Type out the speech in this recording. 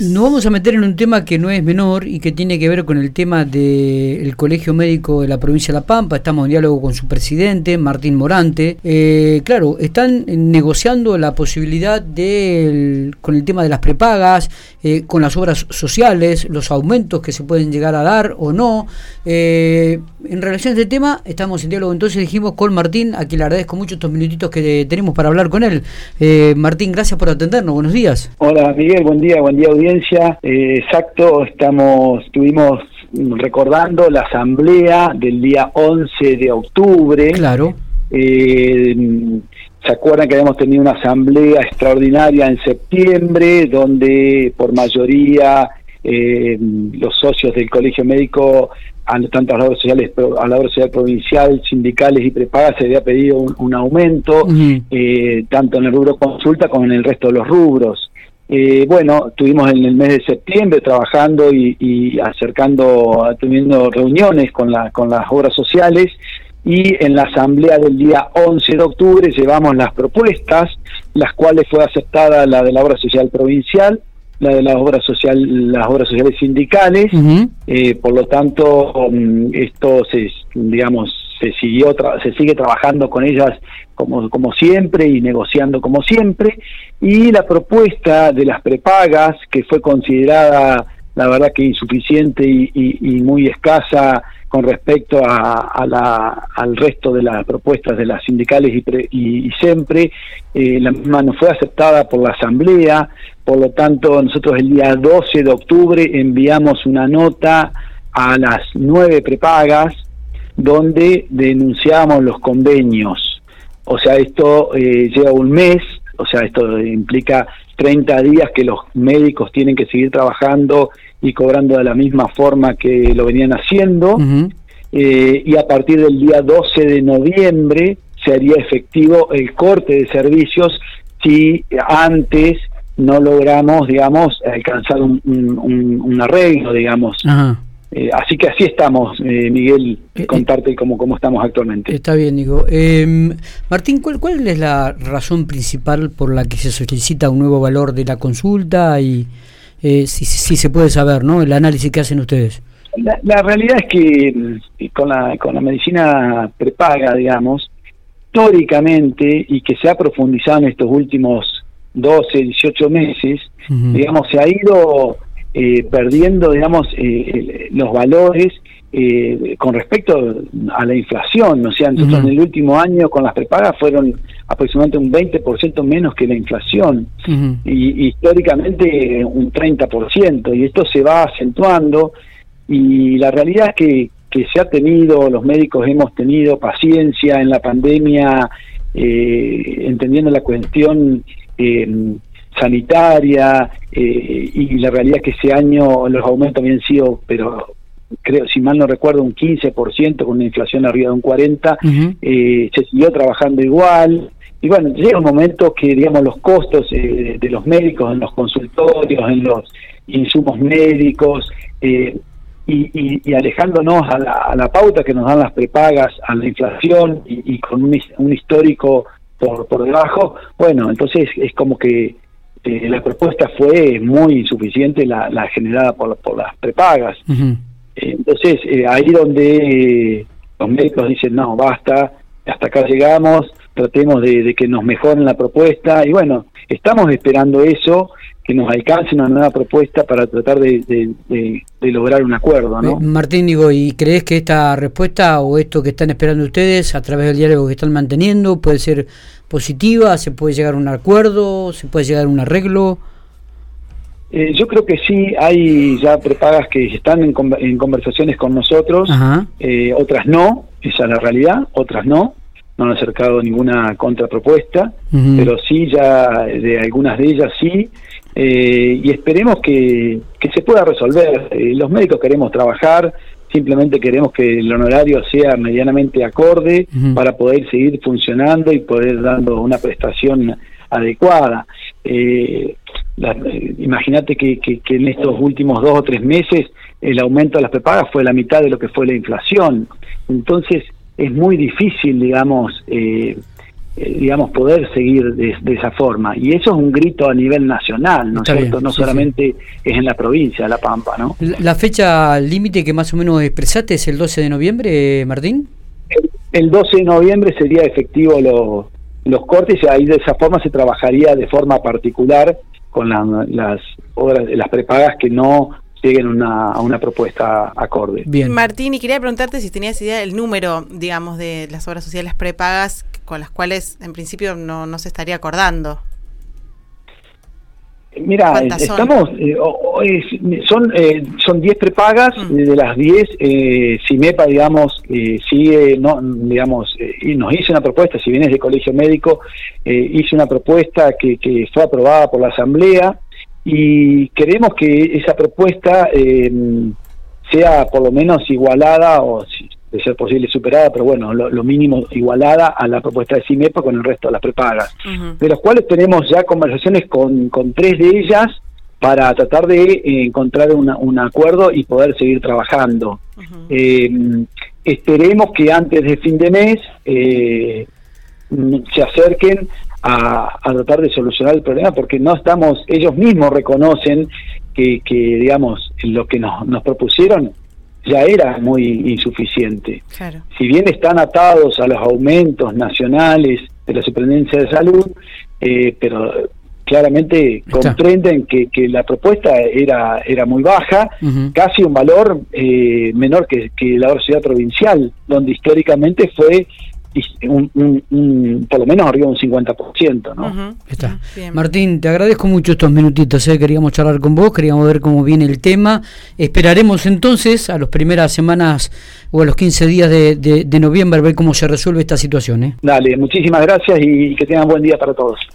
Nos vamos a meter en un tema que no es menor y que tiene que ver con el tema del Colegio Médico de la provincia de La Pampa. Estamos en diálogo con su presidente, Martín Morante. Claro, están negociando la posibilidad con el tema de las prepagas, con las obras sociales, los aumentos que se pueden llegar a dar o no. En relación a este tema, estamos en diálogo, entonces dijimos con Martín, a quien le agradezco mucho estos minutitos que tenemos para hablar con él. Martín, gracias por atendernos, buenos días. Hola Miguel, buen día audiencia. Exacto, estuvimos recordando la asamblea del día 11 de octubre. Claro. ¿Se acuerdan que habíamos tenido una asamblea extraordinaria en septiembre, donde por mayoría los socios del Colegio Médico, tanto a la obra social provincial, sindicales y prepagas, se había pedido un aumento, tanto en el rubro consulta como en el resto de los rubros? Bueno, estuvimos en el mes de septiembre trabajando y teniendo reuniones con las obras sociales, y en la asamblea del día 11 de octubre llevamos las propuestas, las cuales fue aceptada la de la obra social provincial, la de las obras sociales sindicales. Por lo tanto, esto se sigue trabajando con ellas como siempre y negociando como siempre. Y la propuesta de las prepagas, que fue considerada la verdad que insuficiente y muy escasa con respecto al resto de las propuestas de las sindicales y siempre, la misma no fue aceptada por la asamblea. Por lo tanto, nosotros el día 12 de octubre enviamos una nota a las 9 prepagas donde denunciamos los convenios. O sea, esto lleva un mes, o sea, esto implica 30 días que los médicos tienen que seguir trabajando y cobrando de la misma forma que lo venían haciendo. Y a partir del día 12 de noviembre se haría efectivo el corte de servicios si antes no logramos, digamos, alcanzar un arreglo, digamos. Así que así estamos, Miguel, contarte cómo estamos actualmente. Está bien, digo. Martín, ¿cuál es la razón principal por la que se solicita un nuevo valor de la consulta? Y si se puede saber, ¿no?, el análisis que hacen ustedes. La realidad es que con la medicina prepaga, digamos, históricamente, y que se ha profundizado en estos últimos 12, 18 meses, digamos, se ha ido perdiendo, digamos, los valores con respecto a la inflación. O sea, nosotros en el último año con las prepagas fueron aproximadamente un 20% menos que la inflación, y históricamente un 30%, y esto se va acentuando. Y la realidad es que se ha tenido, los médicos hemos tenido paciencia en la pandemia, entendiendo la cuestión sanitaria, y la realidad es que ese año los aumentos habían sido, pero creo, si mal no recuerdo, un 15%, con una inflación arriba de un 40%. Se siguió trabajando igual. Y bueno, llega un momento que, digamos, los costos de los médicos en los consultorios, en los insumos médicos, y alejándonos a la pauta que nos dan las prepagas, a la inflación y con un histórico por debajo, bueno, entonces es como que la propuesta fue muy insuficiente, la generada por las prepagas. Entonces ahí donde los médicos dicen, no, basta, hasta acá llegamos, tratemos de que nos mejoren la propuesta, y bueno, estamos esperando eso, que nos alcance una nueva propuesta para tratar de lograr un acuerdo, ¿no? Martín, digo, ¿y crees que esta respuesta o esto que están esperando ustedes a través del diálogo que están manteniendo puede ser positiva? ¿Se puede llegar a un acuerdo? ¿Se puede llegar a un arreglo? Yo creo que sí, hay ya prepagas que están en conversaciones con nosotros, otras no, esa es la realidad, otras no han acercado ninguna contrapropuesta, pero sí, ya de algunas de ellas sí, y esperemos que se pueda resolver. Los médicos queremos trabajar, simplemente queremos que el honorario sea medianamente acorde para poder seguir funcionando y poder dando una prestación adecuada. Imagínate que en estos últimos 2 o 3 meses el aumento de las prepagas fue la mitad de lo que fue la inflación. Entonces es muy difícil, digamos, digamos, poder seguir de esa forma. Y eso es un grito a nivel nacional, ¿no es cierto? No solamente es en la provincia de La Pampa, ¿no? ¿La fecha límite que más o menos expresaste es el 12 de noviembre, Martín? El 12 de noviembre sería efectivo los cortes, y ahí de esa forma se trabajaría de forma particular con las obras, las prepagas que no lleguen a una propuesta acorde. Bien. Martín, y quería preguntarte si tenías idea del número, digamos, de las obras sociales prepagas con las cuales en principio no se estaría acordando. Mira, estamos son 10 prepagas. De las 10 CIMEPA, digamos, sigue, no, digamos, y nos hizo una propuesta, si bien es de colegio médico, hizo una propuesta que fue aprobada por la asamblea, y queremos que esa propuesta sea por lo menos igualada, o si de ser posible superada, pero bueno, lo mínimo igualada a la propuesta de CIMEPA con el resto de las prepagas, de los cuales tenemos ya conversaciones con 3 de ellas para tratar de encontrar un acuerdo y poder seguir trabajando. Esperemos que antes de fin de mes se acerquen a tratar de solucionar el problema, porque no estamos, ellos mismos reconocen que digamos, lo que nos propusieron ya era muy insuficiente. Claro. Si bien están atados a los aumentos nacionales de la Superintendencia de Salud, pero claramente comprenden que la propuesta era muy baja, casi un valor menor que la universidad provincial, donde históricamente fue por lo menos arriba de un 50%, ¿no? Está. Martín, te agradezco mucho estos minutitos, queríamos charlar con vos, queríamos ver cómo viene el tema. Esperaremos entonces a las primeras semanas o a los 15 días de noviembre ver cómo se resuelve esta situación. Dale, muchísimas gracias y que tengan buen día para todos.